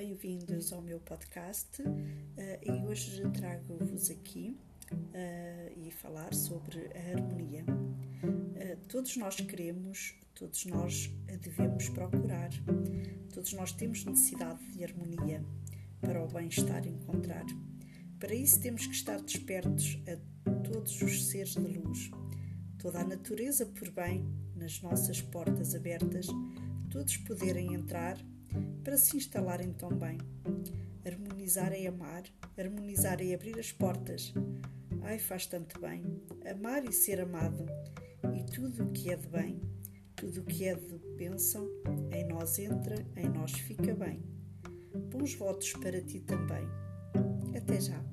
bem-vindos ao meu podcast e hoje trago-vos aqui e falar sobre a harmonia. Todos nós queremos, todos nós a devemos procurar, todos nós temos necessidade de harmonia para o bem-estar encontrar. Para isso temos que estar despertos a todos os seres de luz, toda a natureza por bem, nas nossas portas abertas, todos poderem entrar para se instalarem tão bem. Harmonizar é amar, harmonizar é abrir as portas. Ai, faz tanto bem, amar e ser amado, e tudo o que é de bem, tudo o que é de bênção, em nós entra, em nós fica bem. Bons votos para ti também. Até já.